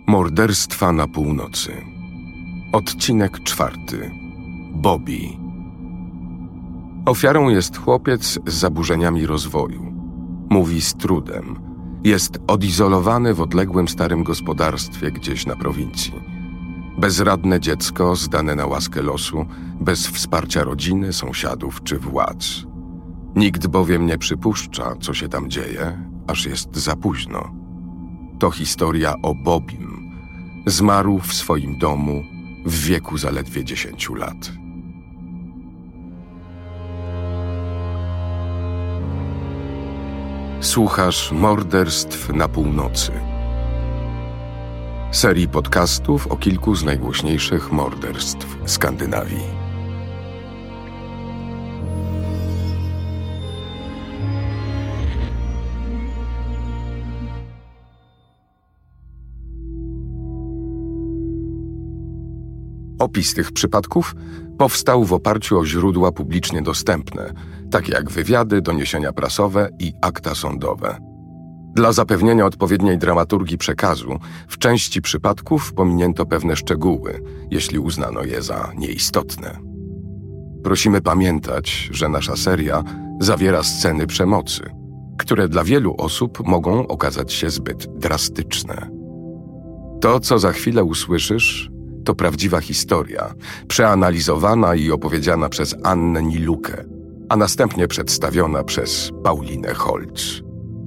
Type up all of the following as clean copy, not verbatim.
Morderstwa na północy. Odcinek 4. Bobby. Ofiarą jest chłopiec z zaburzeniami rozwoju. Mówi z trudem. Jest odizolowany w odległym starym gospodarstwie gdzieś na prowincji. Bezradne dziecko zdane na łaskę losu, bez wsparcia rodziny, sąsiadów czy władz. Nikt bowiem nie przypuszcza, co się tam dzieje, aż jest za późno. To historia o Bobbym. Zmarł w swoim domu w wieku zaledwie 10 lat. Słuchasz Morderstw na północy. Serii podcastów o kilku z najgłośniejszych morderstw Skandynawii. Opis tych przypadków powstał w oparciu o źródła publicznie dostępne, takie jak wywiady, doniesienia prasowe i akta sądowe. Dla zapewnienia odpowiedniej dramaturgii przekazu, w części przypadków pominięto pewne szczegóły, jeśli uznano je za nieistotne. Prosimy pamiętać, że nasza seria zawiera sceny przemocy, które dla wielu osób mogą okazać się zbyt drastyczne. To, co za chwilę usłyszysz, to prawdziwa historia, przeanalizowana i opowiedziana przez Annę Nilukę, a następnie przedstawiona przez Paulinę Holz.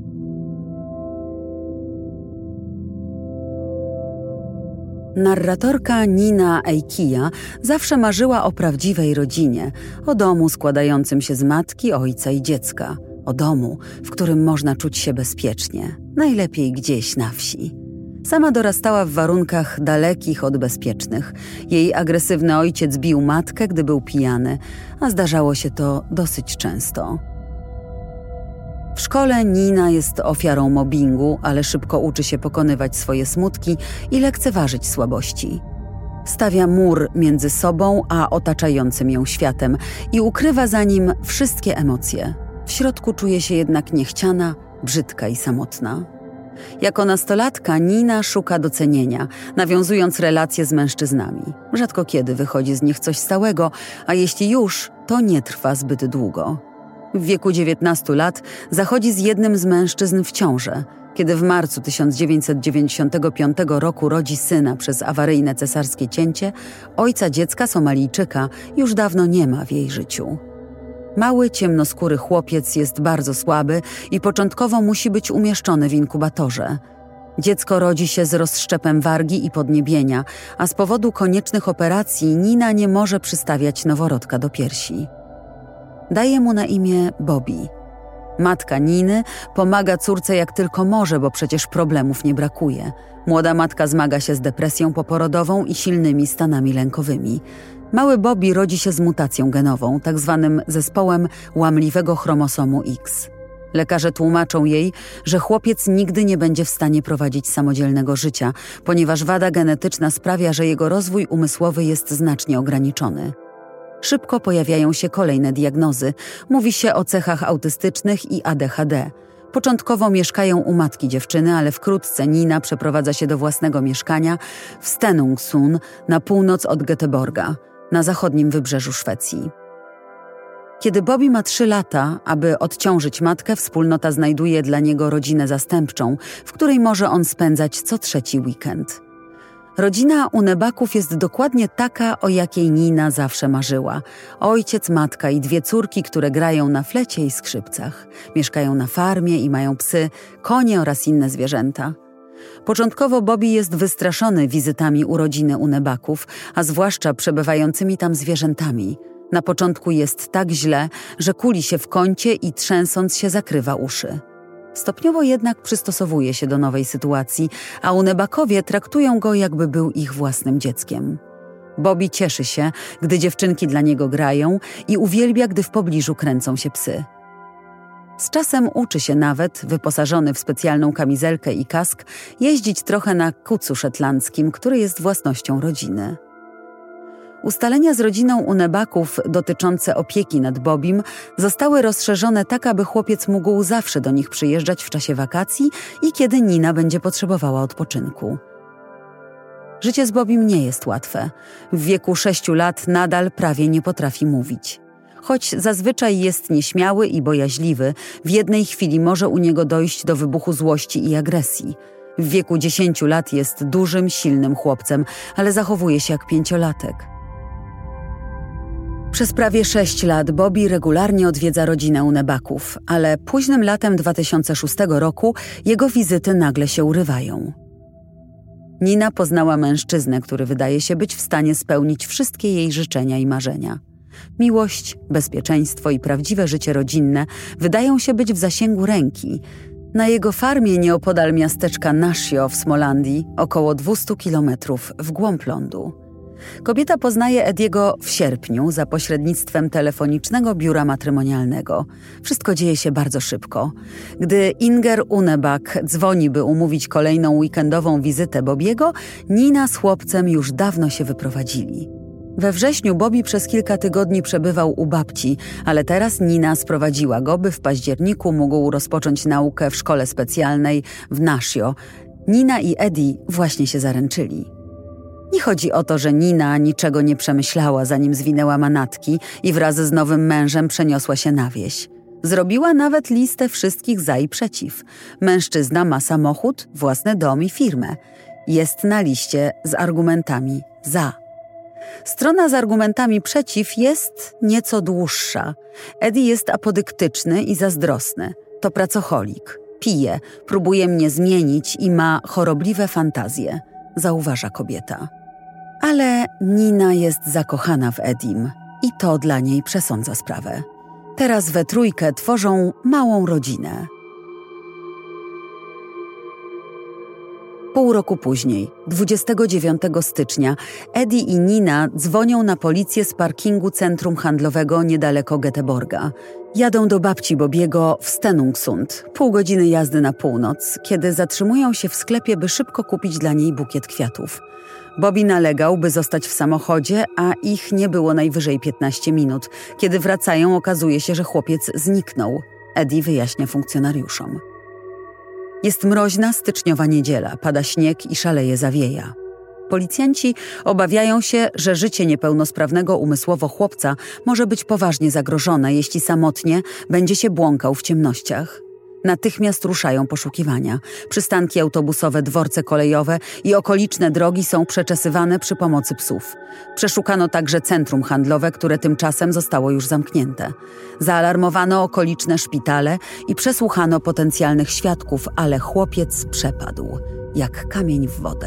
Narratorka Nina Eikija zawsze marzyła o prawdziwej rodzinie, o domu składającym się z matki, ojca i dziecka, o domu, w którym można czuć się bezpiecznie, najlepiej gdzieś na wsi. Sama dorastała w warunkach dalekich od bezpiecznych. Jej agresywny ojciec bił matkę, gdy był pijany, a zdarzało się to dosyć często. W szkole Nina jest ofiarą mobbingu, ale szybko uczy się pokonywać swoje smutki i lekceważyć słabości. Stawia mur między sobą a otaczającym ją światem i ukrywa za nim wszystkie emocje. W środku czuje się jednak niechciana, brzydka i samotna. Jako nastolatka Nina szuka docenienia, nawiązując relacje z mężczyznami. Rzadko kiedy wychodzi z nich coś stałego, a jeśli już, to nie trwa zbyt długo. W wieku 19 lat zachodzi z jednym z mężczyzn w ciążę. Kiedy w marcu 1995 roku rodzi syna przez awaryjne cesarskie cięcie, ojca dziecka, Somalijczyka, już dawno nie ma w jej życiu. Mały, ciemnoskóry chłopiec jest bardzo słaby i początkowo musi być umieszczony w inkubatorze. Dziecko rodzi się z rozszczepem wargi i podniebienia, a z powodu koniecznych operacji Nina nie może przystawiać noworodka do piersi. Daje mu na imię Bobby. Matka Niny pomaga córce jak tylko może, bo przecież problemów nie brakuje. Młoda matka zmaga się z depresją poporodową i silnymi stanami lękowymi. Mały Bobby rodzi się z mutacją genową, tak zwanym zespołem łamliwego chromosomu X. Lekarze tłumaczą jej, że chłopiec nigdy nie będzie w stanie prowadzić samodzielnego życia, ponieważ wada genetyczna sprawia, że jego rozwój umysłowy jest znacznie ograniczony. Szybko pojawiają się kolejne diagnozy. Mówi się o cechach autystycznych i ADHD. Początkowo mieszkają u matki dziewczyny, ale wkrótce Nina przeprowadza się do własnego mieszkania w Stenungsund na północ od Göteborga, na zachodnim wybrzeżu Szwecji. Kiedy Bobby ma 3 lata, aby odciążyć matkę, wspólnota znajduje dla niego rodzinę zastępczą, w której może on spędzać co 3. weekend. Rodzina Unebaków jest dokładnie taka, o jakiej Nina zawsze marzyła. Ojciec, matka i 2 córki, które grają na flecie i skrzypcach. Mieszkają na farmie i mają psy, konie oraz inne zwierzęta. Początkowo Bobby jest wystraszony wizytami u rodziny Unebaków, a zwłaszcza przebywającymi tam zwierzętami. Na początku jest tak źle, że kuli się w kącie i trzęsąc się zakrywa uszy. Stopniowo jednak przystosowuje się do nowej sytuacji, a Unebakowie traktują go, jakby był ich własnym dzieckiem. Bobby cieszy się, gdy dziewczynki dla niego grają i uwielbia, gdy w pobliżu kręcą się psy. Z czasem uczy się nawet, wyposażony w specjalną kamizelkę i kask, jeździć trochę na kucu szetlandzkim, który jest własnością rodziny. Ustalenia z rodziną Unebaków dotyczące opieki nad Bobbym zostały rozszerzone tak, aby chłopiec mógł zawsze do nich przyjeżdżać w czasie wakacji i kiedy Nina będzie potrzebowała odpoczynku. Życie z Bobim nie jest łatwe. W wieku 6 lat nadal prawie nie potrafi mówić. Choć zazwyczaj jest nieśmiały i bojaźliwy, w jednej chwili może u niego dojść do wybuchu złości i agresji. W wieku 10 lat jest dużym, silnym chłopcem, ale zachowuje się jak 5-latek. Przez prawie 6 lat Bobby regularnie odwiedza rodzinę Unebaków, ale późnym latem 2006 roku jego wizyty nagle się urywają. Nina poznała mężczyznę, który wydaje się być w stanie spełnić wszystkie jej życzenia i marzenia. Miłość, bezpieczeństwo i prawdziwe życie rodzinne wydają się być w zasięgu ręki. Na jego farmie nieopodal miasteczka Nashio w Smolandii, około 200 kilometrów w głąb lądu. Kobieta poznaje Ediego w sierpniu za pośrednictwem telefonicznego biura matrymonialnego. Wszystko dzieje się bardzo szybko. Gdy Inger Unebak dzwoni, by umówić kolejną weekendową wizytę Bobiego, Nina z chłopcem już dawno się wyprowadzili. We wrześniu Bobby przez kilka tygodni przebywał u babci, ale teraz Nina sprowadziła go, by w październiku mógł rozpocząć naukę w szkole specjalnej w Nashio. Nina i Eddie właśnie się zaręczyli. Nie chodzi o to, że Nina niczego nie przemyślała, zanim zwinęła manatki i wraz z nowym mężem przeniosła się na wieś. Zrobiła nawet listę wszystkich za i przeciw. Mężczyzna ma samochód, własny dom i firmę. Jest na liście z argumentami za. Strona z argumentami przeciw jest nieco dłuższa. Eddie jest apodyktyczny i zazdrosny. To pracocholik. Pije, próbuje mnie zmienić i ma chorobliwe fantazje, zauważa kobieta. Ale Nina jest zakochana w Eddim i to dla niej przesądza sprawę. Teraz we trójkę tworzą małą rodzinę. Pół roku później, 29 stycznia, Eddie i Nina dzwonią na policję z parkingu centrum handlowego niedaleko Göteborga. Jadą do babci Bobiego w Stenungsund, pół godziny jazdy na północ, kiedy zatrzymują się w sklepie, by szybko kupić dla niej bukiet kwiatów. Bobby nalegał, by zostać w samochodzie, a ich nie było najwyżej 15 minut. Kiedy wracają, okazuje się, że chłopiec zniknął. Eddie wyjaśnia funkcjonariuszom. Jest mroźna, styczniowa niedziela, pada śnieg i szaleje zawieja. Policjanci obawiają się, że życie niepełnosprawnego umysłowo chłopca może być poważnie zagrożone, jeśli samotnie będzie się błąkał w ciemnościach. Natychmiast ruszają poszukiwania. Przystanki autobusowe, dworce kolejowe i okoliczne drogi są przeczesywane przy pomocy psów. Przeszukano także centrum handlowe, które tymczasem zostało już zamknięte. Zaalarmowano okoliczne szpitale i przesłuchano potencjalnych świadków, ale chłopiec przepadł, jak kamień w wodę.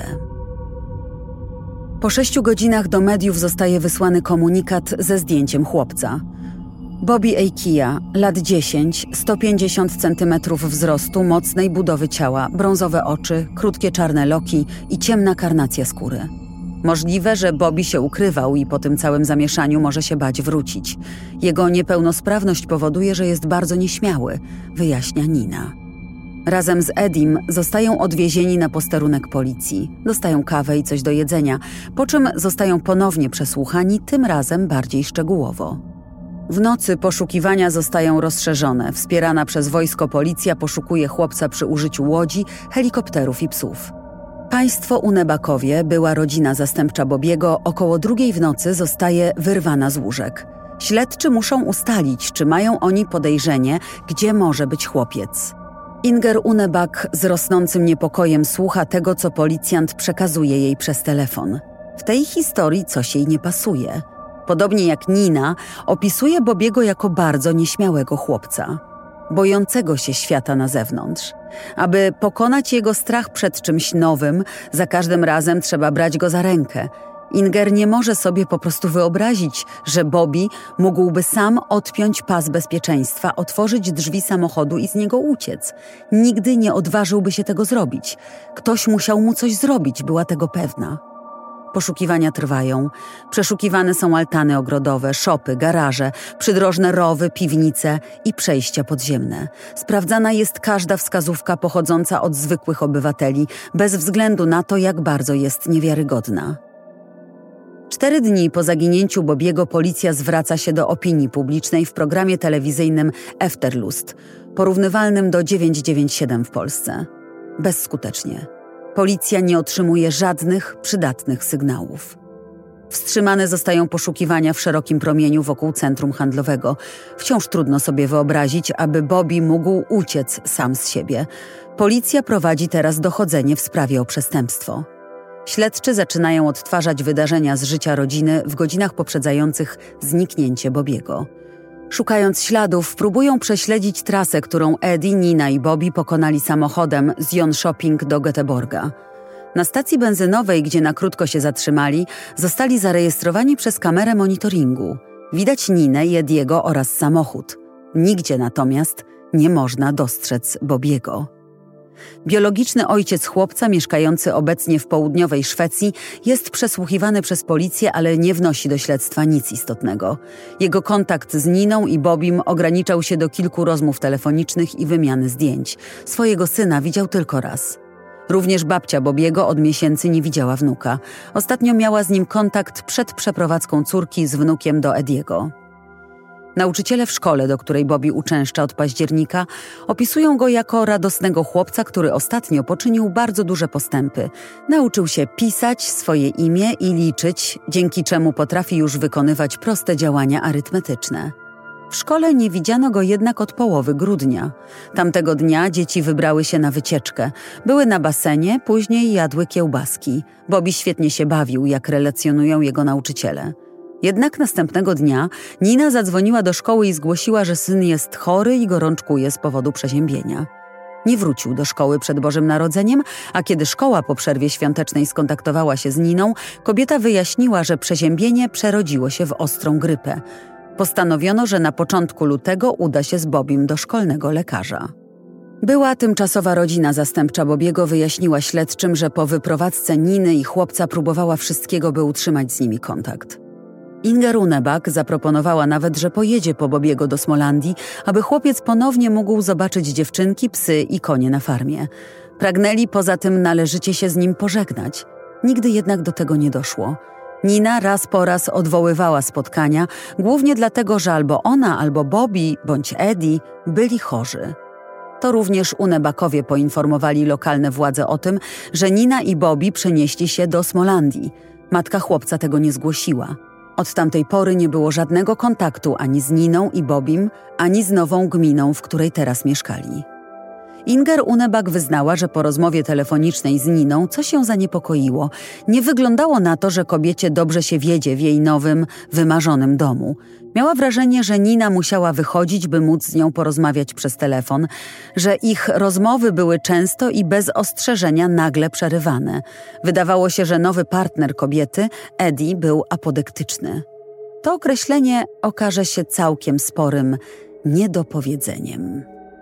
Po 6 godzinach do mediów zostaje wysłany komunikat ze zdjęciem chłopca. Bobby Aikija, lat 10, 150 cm wzrostu, mocnej budowy ciała, brązowe oczy, krótkie czarne loki i ciemna karnacja skóry. Możliwe, że Bobby się ukrywał i po tym całym zamieszaniu może się bać wrócić. Jego niepełnosprawność powoduje, że jest bardzo nieśmiały, wyjaśnia Nina. Razem z Eddim zostają odwiezieni na posterunek policji. Dostają kawę i coś do jedzenia, po czym zostają ponownie przesłuchani, tym razem bardziej szczegółowo. W nocy poszukiwania zostają rozszerzone. Wspierana przez wojsko policja poszukuje chłopca przy użyciu łodzi, helikopterów i psów. Państwo Unebakowie, była rodzina zastępcza Bobiego, około 2 w nocy zostaje wyrwana z łóżek. Śledczy muszą ustalić, czy mają oni podejrzenie, gdzie może być chłopiec. Inger Unebak z rosnącym niepokojem słucha tego, co policjant przekazuje jej przez telefon. W tej historii coś jej nie pasuje. Podobnie jak Nina, opisuje Bobiego jako bardzo nieśmiałego chłopca, bojącego się świata na zewnątrz. Aby pokonać jego strach przed czymś nowym, za każdym razem trzeba brać go za rękę. Inger nie może sobie po prostu wyobrazić, że Bobby mógłby sam odpiąć pas bezpieczeństwa, otworzyć drzwi samochodu i z niego uciec. Nigdy nie odważyłby się tego zrobić. Ktoś musiał mu coś zrobić, była tego pewna. Poszukiwania trwają. Przeszukiwane są altany ogrodowe, szopy, garaże, przydrożne rowy, piwnice i przejścia podziemne. Sprawdzana jest każda wskazówka pochodząca od zwykłych obywateli, bez względu na to, jak bardzo jest niewiarygodna. 4 dni po zaginięciu Bobiego policja zwraca się do opinii publicznej w programie telewizyjnym Efterlust, porównywalnym do 997 w Polsce. Bezskutecznie. Policja nie otrzymuje żadnych przydatnych sygnałów. Wstrzymane zostają poszukiwania w szerokim promieniu wokół centrum handlowego. Wciąż trudno sobie wyobrazić, aby Bobby mógł uciec sam z siebie. Policja prowadzi teraz dochodzenie w sprawie o przestępstwo. Śledczy zaczynają odtwarzać wydarzenia z życia rodziny w godzinach poprzedzających zniknięcie Bobbiego. Szukając śladów, próbują prześledzić trasę, którą Eddie, Nina i Bobby pokonali samochodem z Jönköping do Göteborga. Na stacji benzynowej, gdzie na krótko się zatrzymali, zostali zarejestrowani przez kamerę monitoringu. Widać Ninę i Eddiego oraz samochód. Nigdzie natomiast nie można dostrzec Bobbiego. Biologiczny ojciec chłopca, mieszkający obecnie w południowej Szwecji, jest przesłuchiwany przez policję, ale nie wnosi do śledztwa nic istotnego. Jego kontakt z Niną i Bobbym ograniczał się do kilku rozmów telefonicznych i wymiany zdjęć. Swojego syna widział tylko raz. Również babcia Bobbiego od miesięcy nie widziała wnuka. Ostatnio miała z nim kontakt przed przeprowadzką córki z wnukiem do Eddiego. Nauczyciele w szkole, do której Bobby uczęszcza od października, opisują go jako radosnego chłopca, który ostatnio poczynił bardzo duże postępy. Nauczył się pisać swoje imię i liczyć, dzięki czemu potrafi już wykonywać proste działania arytmetyczne. W szkole nie widziano go jednak od połowy grudnia. Tamtego dnia dzieci wybrały się na wycieczkę. Były na basenie, później jadły kiełbaski. Bobby świetnie się bawił, jak relacjonują jego nauczyciele. Jednak następnego dnia Nina zadzwoniła do szkoły i zgłosiła, że syn jest chory i gorączkuje z powodu przeziębienia. Nie wrócił do szkoły przed Bożym Narodzeniem, a kiedy szkoła po przerwie świątecznej skontaktowała się z Niną, kobieta wyjaśniła, że przeziębienie przerodziło się w ostrą grypę. Postanowiono, że na początku lutego uda się z Bobbym do szkolnego lekarza. Była tymczasowa rodzina zastępcza Bobbiego wyjaśniła śledczym, że po wyprowadzce Niny i chłopca próbowała wszystkiego, by utrzymać z nimi kontakt. Inger Runeback zaproponowała nawet, że pojedzie po Bobbiego do Smolandii, aby chłopiec ponownie mógł zobaczyć dziewczynki, psy i konie na farmie. Pragnęli poza tym należycie się z nim pożegnać. Nigdy jednak do tego nie doszło. Nina raz po raz odwoływała spotkania, głównie dlatego, że albo ona, albo Bobby, bądź Eddie byli chorzy. To również Runebackowie poinformowali lokalne władze o tym, że Nina i Bobby przenieśli się do Smolandii. Matka chłopca tego nie zgłosiła. Od tamtej pory nie było żadnego kontaktu ani z Niną i Bobbym, ani z nową gminą, w której teraz mieszkali. Inger Runeback wyznała, że po rozmowie telefonicznej z Niną coś ją zaniepokoiło. Nie wyglądało na to, że kobiecie dobrze się wiedzie w jej nowym, wymarzonym domu. Miała wrażenie, że Nina musiała wychodzić, by móc z nią porozmawiać przez telefon, że ich rozmowy były często i bez ostrzeżenia nagle przerywane. Wydawało się, że nowy partner kobiety, Eddie, był apodyktyczny. To określenie okaże się całkiem sporym niedopowiedzeniem.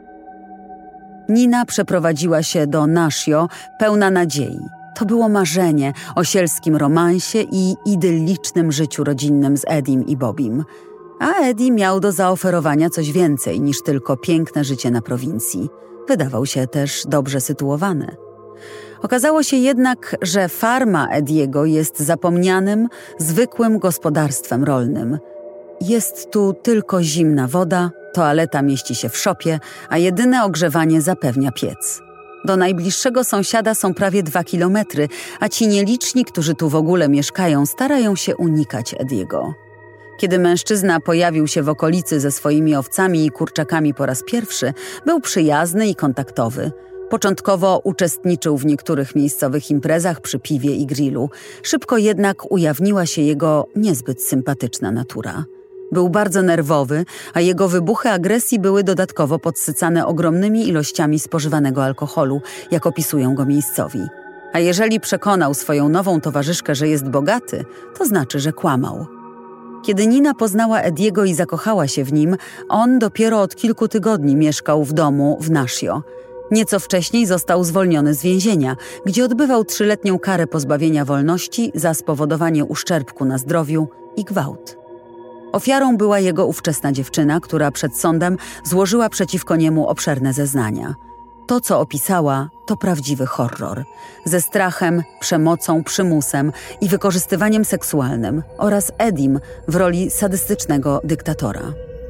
Nina przeprowadziła się do Nashio pełna nadziei. To było marzenie o sielskim romansie i idyllicznym życiu rodzinnym z Eddiem i Bobbym. A Eddie miał do zaoferowania coś więcej niż tylko piękne życie na prowincji. Wydawał się też dobrze sytuowany. Okazało się jednak, że farma Eddiego jest zapomnianym, zwykłym gospodarstwem rolnym. Jest tu tylko zimna woda, toaleta mieści się w szopie, a jedyne ogrzewanie zapewnia piec. Do najbliższego sąsiada są prawie 2 kilometry, a ci nieliczni, którzy tu w ogóle mieszkają, starają się unikać Eddiego. Kiedy mężczyzna pojawił się w okolicy ze swoimi owcami i kurczakami po raz pierwszy, był przyjazny i kontaktowy. Początkowo uczestniczył w niektórych miejscowych imprezach przy piwie i grillu. Szybko jednak ujawniła się jego niezbyt sympatyczna natura. Był bardzo nerwowy, a jego wybuchy agresji były dodatkowo podsycane ogromnymi ilościami spożywanego alkoholu, jak opisują go miejscowi. A jeżeli przekonał swoją nową towarzyszkę, że jest bogaty, to znaczy, że kłamał. Kiedy Nina poznała Eddiego i zakochała się w nim, on dopiero od kilku tygodni mieszkał w domu w Nashio. Nieco wcześniej został zwolniony z więzienia, gdzie odbywał 3-letnią karę pozbawienia wolności za spowodowanie uszczerbku na zdrowiu i gwałt. Ofiarą była jego ówczesna dziewczyna, która przed sądem złożyła przeciwko niemu obszerne zeznania. To, co opisała, to prawdziwy horror. Ze strachem, przemocą, przymusem i wykorzystywaniem seksualnym oraz Eddiem w roli sadystycznego dyktatora.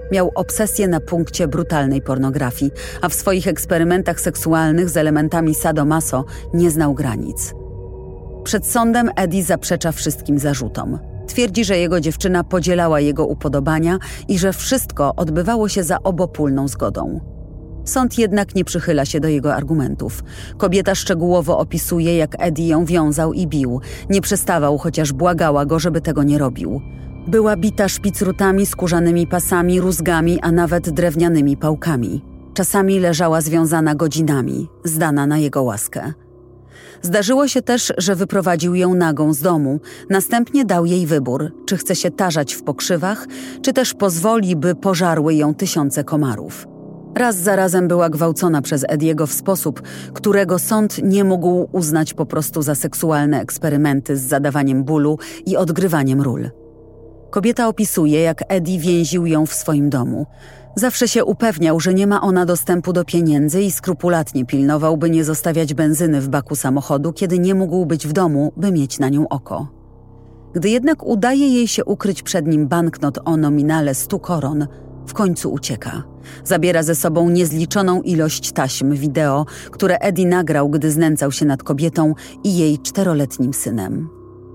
Miał obsesję na punkcie brutalnej pornografii, a w swoich eksperymentach seksualnych z elementami sadomaso nie znał granic. Przed sądem Eddie zaprzecza wszystkim zarzutom. Twierdzi, że jego dziewczyna podzielała jego upodobania i że wszystko odbywało się za obopólną zgodą. Sąd jednak nie przychyla się do jego argumentów. Kobieta szczegółowo opisuje, jak Eddie ją wiązał i bił. Nie przestawał, chociaż błagała go, żeby tego nie robił. Była bita szpicrutami, skórzanymi pasami, rózgami, a nawet drewnianymi pałkami. Czasami leżała związana godzinami, zdana na jego łaskę. Zdarzyło się też, że wyprowadził ją nagą z domu. Następnie dał jej wybór, czy chce się tarzać w pokrzywach, czy też pozwoli, by pożarły ją tysiące komarów. Raz za razem była gwałcona przez Eddiego w sposób, którego sąd nie mógł uznać po prostu za seksualne eksperymenty z zadawaniem bólu i odgrywaniem ról. Kobieta opisuje, jak Eddie więził ją w swoim domu. Zawsze się upewniał, że nie ma ona dostępu do pieniędzy i skrupulatnie pilnował, by nie zostawiać benzyny w baku samochodu, kiedy nie mógł być w domu, by mieć na nią oko. Gdy jednak udaje jej się ukryć przed nim banknot o nominale 100 koron, w końcu ucieka. Zabiera ze sobą niezliczoną ilość taśm wideo, które Eddie nagrał, gdy znęcał się nad kobietą i jej 4-letnim synem.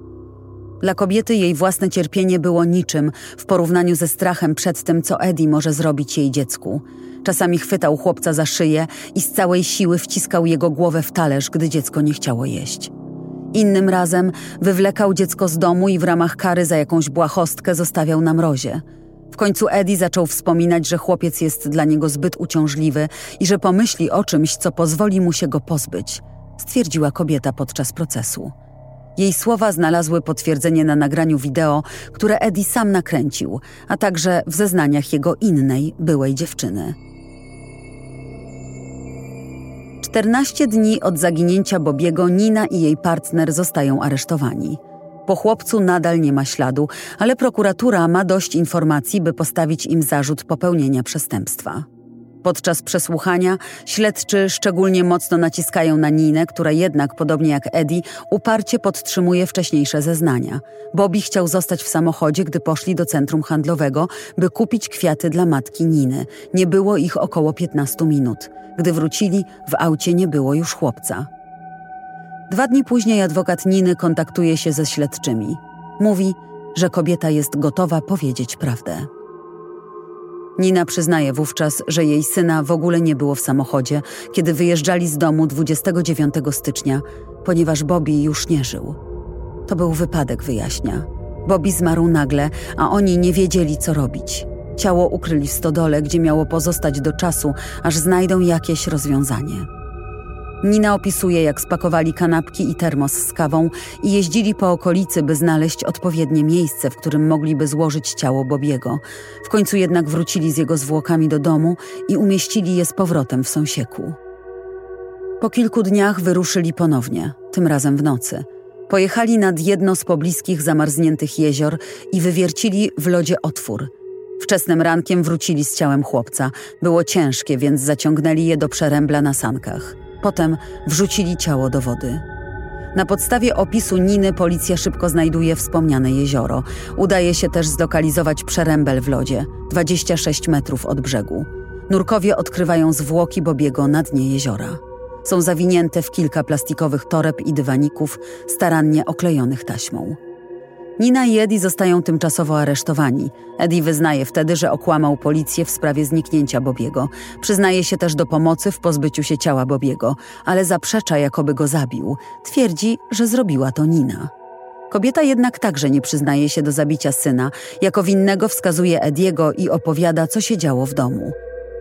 Dla kobiety jej własne cierpienie było niczym w porównaniu ze strachem przed tym, co Eddie może zrobić jej dziecku. Czasami chwytał chłopca za szyję i z całej siły wciskał jego głowę w talerz, gdy dziecko nie chciało jeść. Innym razem wywlekał dziecko z domu i w ramach kary za jakąś błahostkę zostawiał na mrozie. W końcu Eddie zaczął wspominać, że chłopiec jest dla niego zbyt uciążliwy i że pomyśli o czymś, co pozwoli mu się go pozbyć, stwierdziła kobieta podczas procesu. Jej słowa znalazły potwierdzenie na nagraniu wideo, które Eddie sam nakręcił, a także w zeznaniach jego innej, byłej dziewczyny. 14 dni od zaginięcia Bobiego Nina i jej partner zostają aresztowani. Po chłopcu nadal nie ma śladu, ale prokuratura ma dość informacji, by postawić im zarzut popełnienia przestępstwa. Podczas przesłuchania śledczy szczególnie mocno naciskają na Ninę, która jednak, podobnie jak Eddie, uparcie podtrzymuje wcześniejsze zeznania. Bobby chciał zostać w samochodzie, gdy poszli do centrum handlowego, by kupić kwiaty dla matki Niny. Nie było ich około 15 minut. Gdy wrócili, w aucie nie było już chłopca. 2 dni później adwokat Niny kontaktuje się ze śledczymi. Mówi, że kobieta jest gotowa powiedzieć prawdę. Nina przyznaje wówczas, że jej syna w ogóle nie było w samochodzie, kiedy wyjeżdżali z domu 29 stycznia, ponieważ Bobby już nie żył. To był wypadek, wyjaśnia. Bobby zmarł nagle, a oni nie wiedzieli, co robić. Ciało ukryli w stodole, gdzie miało pozostać do czasu, aż znajdą jakieś rozwiązanie. Nina opisuje, jak spakowali kanapki i termos z kawą i jeździli po okolicy, by znaleźć odpowiednie miejsce, w którym mogliby złożyć ciało Bobiego. W końcu jednak wrócili z jego zwłokami do domu i umieścili je z powrotem w sąsieku. Po kilku dniach wyruszyli ponownie, tym razem w nocy. Pojechali nad jedno z pobliskich zamarzniętych jezior i wywiercili w lodzie otwór. Wczesnym rankiem wrócili z ciałem chłopca. Było ciężkie, więc zaciągnęli je do przerębla na sankach. Potem wrzucili ciało do wody. Na podstawie opisu Niny policja szybko znajduje wspomniane jezioro. Udaje się też zlokalizować przerębel w lodzie, 26 metrów od brzegu. Nurkowie odkrywają zwłoki Bobiego na dnie jeziora. Są zawinięte w kilka plastikowych toreb i dywaników, starannie oklejonych taśmą. Nina i Eddie zostają tymczasowo aresztowani. Eddie wyznaje wtedy, że okłamał policję w sprawie zniknięcia Bobiego. Przyznaje się też do pomocy w pozbyciu się ciała Bobiego, ale zaprzecza, jakoby go zabił. Twierdzi, że zrobiła to Nina. Kobieta jednak także nie przyznaje się do zabicia syna. Jako winnego wskazuje Eddiego i opowiada, co się działo w domu.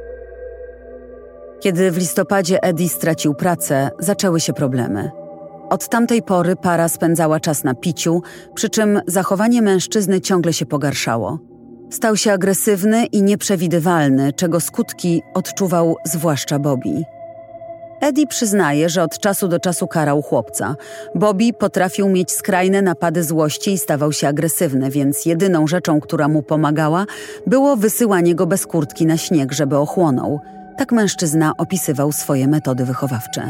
Kiedy w listopadzie Eddie stracił pracę, zaczęły się problemy. Od tamtej pory para spędzała czas na piciu, przy czym zachowanie mężczyzny ciągle się pogarszało. Stał się agresywny i nieprzewidywalny, czego skutki odczuwał zwłaszcza Bobby. Eddie przyznaje, że od czasu do czasu karał chłopca. Bobby potrafił mieć skrajne napady złości i stawał się agresywny, więc jedyną rzeczą, która mu pomagała, było wysyłanie go bez kurtki na śnieg, żeby ochłonął. Tak mężczyzna opisywał swoje metody wychowawcze.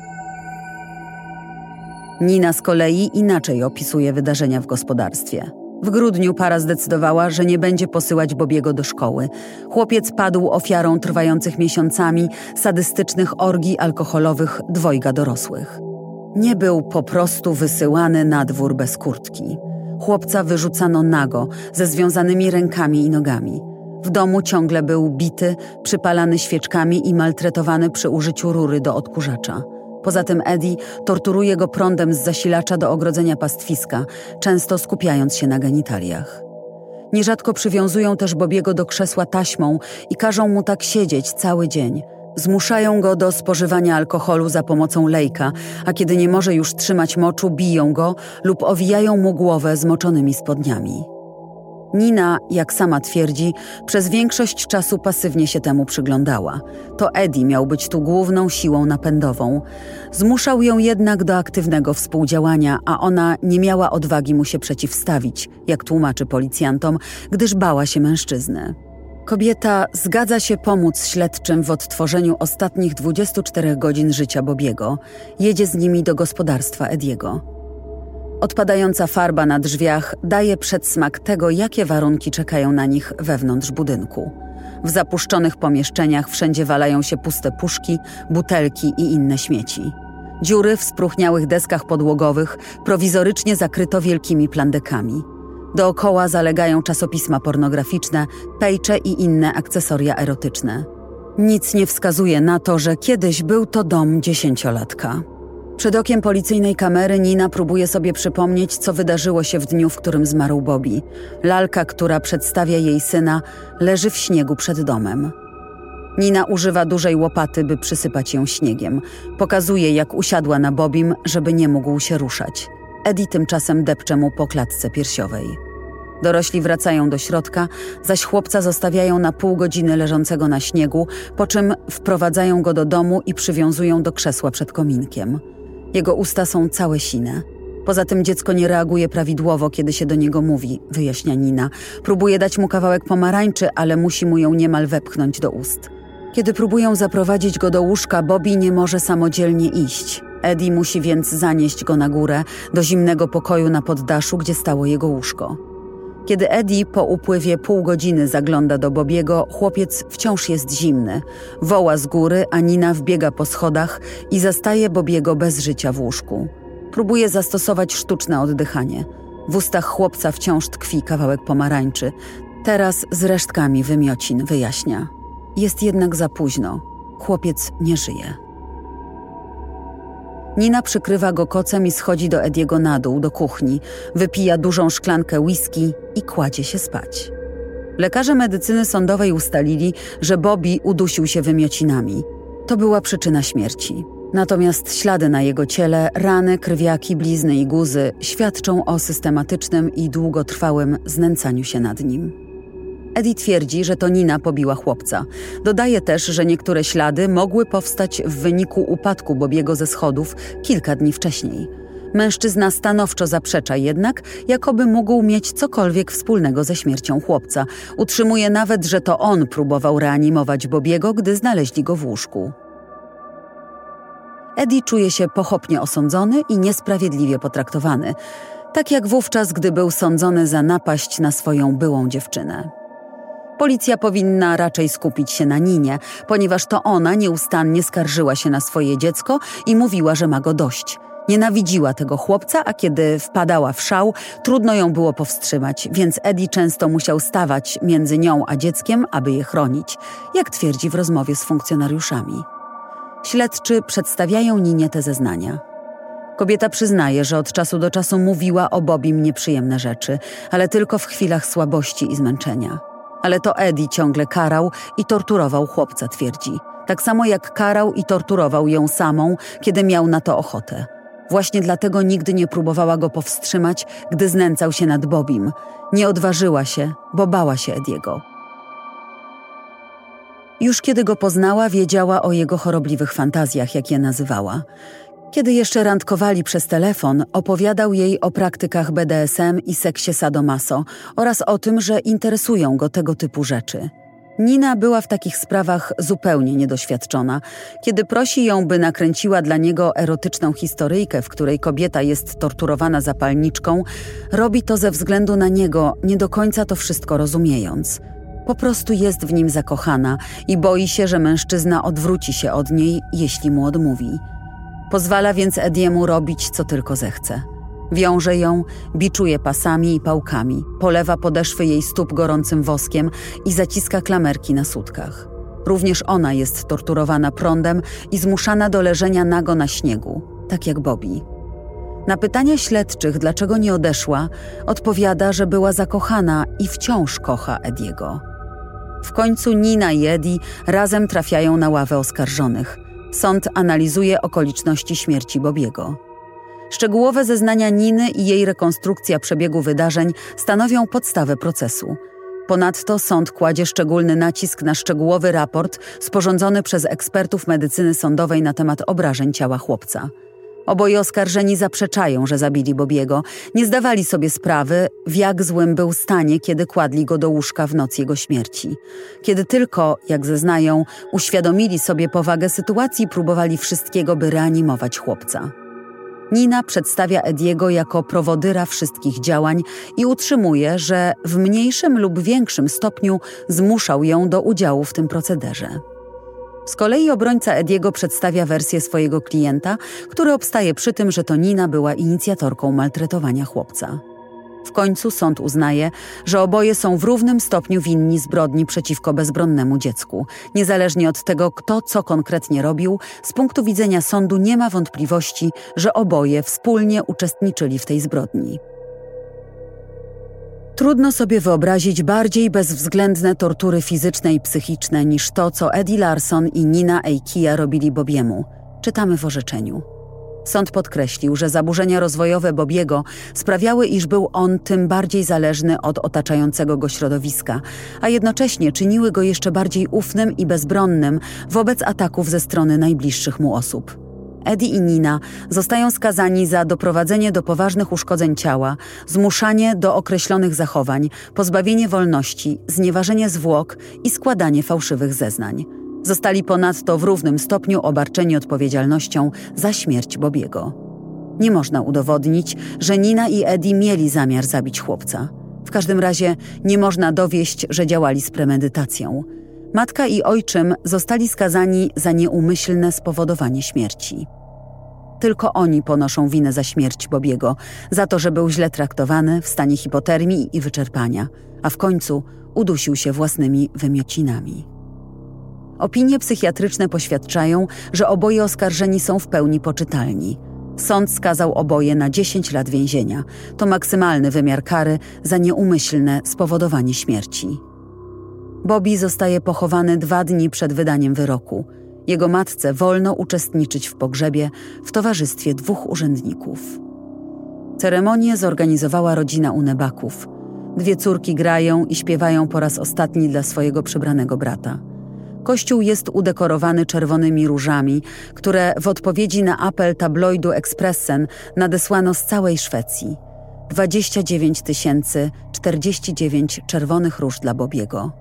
Nina z kolei inaczej opisuje wydarzenia w gospodarstwie. W grudniu para zdecydowała, że nie będzie posyłać Bobiego do szkoły. Chłopiec padł ofiarą trwających miesiącami sadystycznych orgii alkoholowych dwojga dorosłych. Nie był po prostu wysyłany na dwór bez kurtki. Chłopca wyrzucano nago, ze związanymi rękami i nogami. W domu ciągle był bity, przypalany świeczkami i maltretowany przy użyciu rury do odkurzacza. Poza tym Eddie torturuje go prądem z zasilacza do ogrodzenia pastwiska, często skupiając się na genitaliach. Nierzadko przywiązują też Bobiego do krzesła taśmą i każą mu tak siedzieć cały dzień. Zmuszają go do spożywania alkoholu za pomocą lejka, a kiedy nie może już trzymać moczu, biją go lub owijają mu głowę zmoczonymi spodniami. Nina, jak sama twierdzi, przez większość czasu pasywnie się temu przyglądała. To Eddie miał być tu główną siłą napędową. Zmuszał ją jednak do aktywnego współdziałania, a ona nie miała odwagi mu się przeciwstawić, jak tłumaczy policjantom, gdyż bała się mężczyzny. Kobieta zgadza się pomóc śledczym w odtworzeniu ostatnich 24 godzin życia Bobiego. Jedzie z nimi do gospodarstwa Eddiego. Odpadająca farba na drzwiach daje przedsmak tego, jakie warunki czekają na nich wewnątrz budynku. W zapuszczonych pomieszczeniach wszędzie walają się puste puszki, butelki i inne śmieci. Dziury w spróchniałych deskach podłogowych prowizorycznie zakryto wielkimi plandekami. Dookoła zalegają czasopisma pornograficzne, pejcze i inne akcesoria erotyczne. Nic nie wskazuje na to, że kiedyś był to dom 10-latka. Przed okiem policyjnej kamery Nina próbuje sobie przypomnieć, co wydarzyło się w dniu, w którym zmarł Bobby. Lalka, która przedstawia jej syna, leży w śniegu przed domem. Nina używa dużej łopaty, by przysypać ją śniegiem. Pokazuje, jak usiadła na Bobbym, żeby nie mógł się ruszać. Eddie tymczasem depcze mu po klatce piersiowej. Dorośli wracają do środka, zaś chłopca zostawiają na pół godziny leżącego na śniegu, po czym wprowadzają go do domu i przywiązują do krzesła przed kominkiem. Jego usta są całe sine. Poza tym dziecko nie reaguje prawidłowo, kiedy się do niego mówi, wyjaśnia Nina. Próbuje dać mu kawałek pomarańczy, ale musi mu ją niemal wepchnąć do ust. Kiedy próbują zaprowadzić go do łóżka, Bobby nie może samodzielnie iść. Eddie musi więc zanieść go na górę, do zimnego pokoju na poddaszu, gdzie stało jego łóżko. Kiedy Eddie po upływie pół godziny zagląda do Bobiego, chłopiec wciąż jest zimny. Woła z góry, a Nina wbiega po schodach i zastaje Bobiego bez życia w łóżku. Próbuje zastosować sztuczne oddychanie. W ustach chłopca wciąż tkwi kawałek pomarańczy. Teraz z resztkami wymiocin, wyjaśnia. Jest jednak za późno. Chłopiec nie żyje. Nina przykrywa go kocem i schodzi do Eddiego na dół, do kuchni, wypija dużą szklankę whisky i kładzie się spać. Lekarze medycyny sądowej ustalili, że Bobby udusił się wymiocinami. To była przyczyna śmierci. Natomiast ślady na jego ciele, rany, krwiaki, blizny i guzy świadczą o systematycznym i długotrwałym znęcaniu się nad nim. Eddie twierdzi, że to Nina pobiła chłopca. Dodaje też, że niektóre ślady mogły powstać w wyniku upadku Bobiego ze schodów kilka dni wcześniej. Mężczyzna stanowczo zaprzecza jednak, jakoby mógł mieć cokolwiek wspólnego ze śmiercią chłopca. Utrzymuje nawet, że to on próbował reanimować Bobiego, gdy znaleźli go w łóżku. Eddie czuje się pochopnie osądzony i niesprawiedliwie potraktowany. Tak jak wówczas, gdy był sądzony za napaść na swoją byłą dziewczynę. Policja powinna raczej skupić się na Ninie, ponieważ to ona nieustannie skarżyła się na swoje dziecko i mówiła, że ma go dość. Nienawidziła tego chłopca, a kiedy wpadała w szał, trudno ją było powstrzymać, więc Eddie często musiał stawać między nią a dzieckiem, aby je chronić, jak twierdzi w rozmowie z funkcjonariuszami. Śledczy przedstawiają Ninie te zeznania. Kobieta przyznaje, że od czasu do czasu mówiła o Bobbym nieprzyjemne rzeczy, ale tylko w chwilach słabości i zmęczenia. Ale to Eddie ciągle karał i torturował chłopca, twierdzi. Tak samo jak karał i torturował ją samą, kiedy miał na to ochotę. Właśnie dlatego nigdy nie próbowała go powstrzymać, gdy znęcał się nad Bobbym. Nie odważyła się, bo bała się Eddiego. Już kiedy go poznała, wiedziała o jego chorobliwych fantazjach, jak je nazywała. Kiedy jeszcze randkowali przez telefon, opowiadał jej o praktykach BDSM i seksie sadomaso oraz o tym, że interesują go tego typu rzeczy. Nina była w takich sprawach zupełnie niedoświadczona. Kiedy prosi ją, by nakręciła dla niego erotyczną historyjkę, w której kobieta jest torturowana zapalniczką, robi to ze względu na niego, nie do końca to wszystko rozumiejąc. Po prostu jest w nim zakochana i boi się, że mężczyzna odwróci się od niej, jeśli mu odmówi. Pozwala więc Ediemu robić, co tylko zechce. Wiąże ją, biczuje pasami i pałkami, polewa podeszwy jej stóp gorącym woskiem i zaciska klamerki na sutkach. Również ona jest torturowana prądem i zmuszana do leżenia nago na śniegu, tak jak Bobby. Na pytania śledczych, dlaczego nie odeszła, odpowiada, że była zakochana i wciąż kocha Ediego. W końcu Nina i Eddie razem trafiają na ławę oskarżonych. Sąd analizuje okoliczności śmierci Bobbiego. Szczegółowe zeznania Niny i jej rekonstrukcja przebiegu wydarzeń stanowią podstawę procesu. Ponadto sąd kładzie szczególny nacisk na szczegółowy raport sporządzony przez ekspertów medycyny sądowej na temat obrażeń ciała chłopca. Oboje oskarżeni zaprzeczają, że zabili Bobbiego. Nie zdawali sobie sprawy, w jak złym był stanie, kiedy kładli go do łóżka w noc jego śmierci. Kiedy tylko, jak zeznają, uświadomili sobie powagę sytuacji, próbowali wszystkiego, by reanimować chłopca. Nina przedstawia Ediego jako prowodyra wszystkich działań i utrzymuje, że w mniejszym lub większym stopniu zmuszał ją do udziału w tym procederze. Z kolei obrońca Ediego przedstawia wersję swojego klienta, który obstaje przy tym, że to Nina była inicjatorką maltretowania chłopca. W końcu sąd uznaje, że oboje są w równym stopniu winni zbrodni przeciwko bezbronnemu dziecku. Niezależnie od tego, kto co konkretnie robił, z punktu widzenia sądu nie ma wątpliwości, że oboje wspólnie uczestniczyli w tej zbrodni. Trudno sobie wyobrazić bardziej bezwzględne tortury fizyczne i psychiczne niż to, co Eddie Larson i Nina Aikija robili Bobbiemu. Czytamy w orzeczeniu. Sąd podkreślił, że zaburzenia rozwojowe Bobbiego sprawiały, iż był on tym bardziej zależny od otaczającego go środowiska, a jednocześnie czyniły go jeszcze bardziej ufnym i bezbronnym wobec ataków ze strony najbliższych mu osób. Eddie i Nina zostają skazani za doprowadzenie do poważnych uszkodzeń ciała, zmuszanie do określonych zachowań, pozbawienie wolności, znieważenie zwłok i składanie fałszywych zeznań. Zostali ponadto w równym stopniu obarczeni odpowiedzialnością za śmierć Bobbiego. Nie można udowodnić, że Nina i Eddie mieli zamiar zabić chłopca. W każdym razie nie można dowieść, że działali z premedytacją. Matka i ojczym zostali skazani za nieumyślne spowodowanie śmierci. Tylko oni ponoszą winę za śmierć Bobbiego, za to, że był źle traktowany, w stanie hipotermii i wyczerpania, a w końcu udusił się własnymi wymiocinami. Opinie psychiatryczne poświadczają, że oboje oskarżeni są w pełni poczytalni. Sąd skazał oboje na 10 lat więzienia. To maksymalny wymiar kary za nieumyślne spowodowanie śmierci. Bobby zostaje pochowany 2 dni przed wydaniem wyroku. Jego matce wolno uczestniczyć w pogrzebie w towarzystwie 2 urzędników. Ceremonię zorganizowała rodzina Unebaków. 2 córki grają i śpiewają po raz ostatni dla swojego przybranego brata. Kościół jest udekorowany czerwonymi różami, które w odpowiedzi na apel tabloidu Expressen nadesłano z całej Szwecji. 29 049 czerwonych róż dla Bobbiego.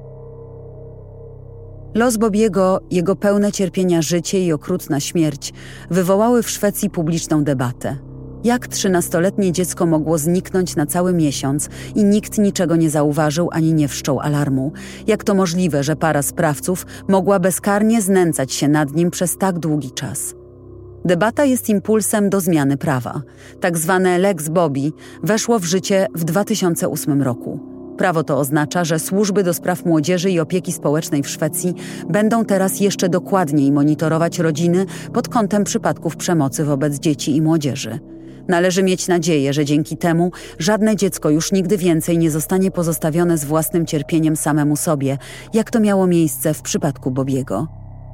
Los Bobbiego, jego pełne cierpienia życie i okrutna śmierć wywołały w Szwecji publiczną debatę. Jak 13-letnie dziecko mogło zniknąć na cały miesiąc i nikt niczego nie zauważył ani nie wszczął alarmu? Jak to możliwe, że para sprawców mogła bezkarnie znęcać się nad nim przez tak długi czas? Debata jest impulsem do zmiany prawa. Tak zwane Lex Bobby weszło w życie w 2008 roku. Prawo to oznacza, że służby do spraw młodzieży i opieki społecznej w Szwecji będą teraz jeszcze dokładniej monitorować rodziny pod kątem przypadków przemocy wobec dzieci i młodzieży. Należy mieć nadzieję, że dzięki temu żadne dziecko już nigdy więcej nie zostanie pozostawione z własnym cierpieniem samemu sobie, jak to miało miejsce w przypadku Bobbiego.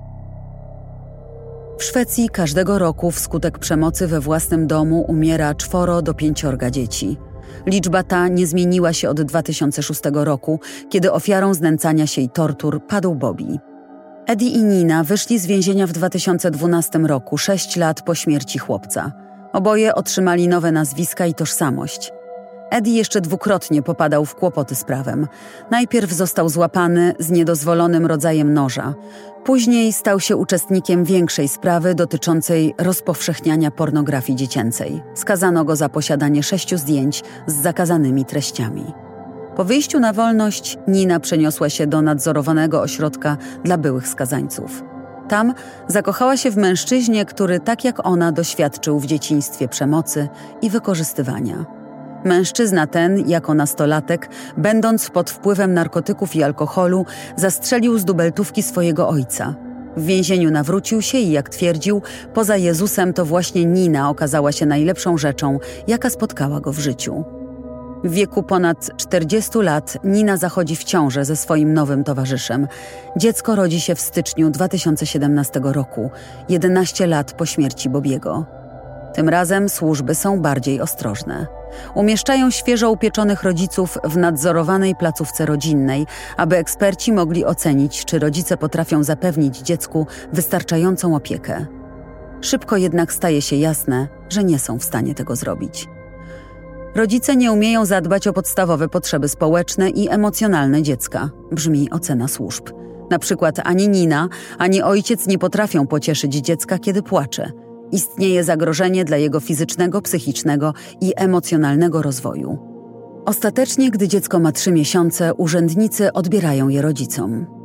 W Szwecji każdego roku wskutek przemocy we własnym domu umiera 4 do 5 dzieci. Liczba ta nie zmieniła się od 2006 roku, kiedy ofiarą znęcania się i tortur padł Bobby. Eddie i Nina wyszli z więzienia w 2012 roku, 6 lat po śmierci chłopca. Oboje otrzymali nowe nazwiska i tożsamość. Eddie jeszcze dwukrotnie popadał w kłopoty z prawem. Najpierw został złapany z niedozwolonym rodzajem noża. Później stał się uczestnikiem większej sprawy dotyczącej rozpowszechniania pornografii dziecięcej. Skazano go za posiadanie 6 zdjęć z zakazanymi treściami. Po wyjściu na wolność Nina przeniosła się do nadzorowanego ośrodka dla byłych skazańców. Tam zakochała się w mężczyźnie, który tak jak ona doświadczył w dzieciństwie przemocy i wykorzystywania. Mężczyzna ten, jako nastolatek, będąc pod wpływem narkotyków i alkoholu, zastrzelił z dubeltówki swojego ojca. W więzieniu nawrócił się i, jak twierdził, poza Jezusem to właśnie Nina okazała się najlepszą rzeczą, jaka spotkała go w życiu. W wieku ponad 40 lat Nina zachodzi w ciążę ze swoim nowym towarzyszem. Dziecko rodzi się w styczniu 2017 roku, 11 lat po śmierci Bobiego. Tym razem służby są bardziej ostrożne. Umieszczają świeżo upieczonych rodziców w nadzorowanej placówce rodzinnej, aby eksperci mogli ocenić, czy rodzice potrafią zapewnić dziecku wystarczającą opiekę. Szybko jednak staje się jasne, że nie są w stanie tego zrobić. Rodzice nie umieją zadbać o podstawowe potrzeby społeczne i emocjonalne dziecka, brzmi ocena służb. Na przykład ani Nina, ani ojciec nie potrafią pocieszyć dziecka, kiedy płacze. Istnieje zagrożenie dla jego fizycznego, psychicznego i emocjonalnego rozwoju. Ostatecznie, gdy dziecko ma 3 miesiące, urzędnicy odbierają je rodzicom.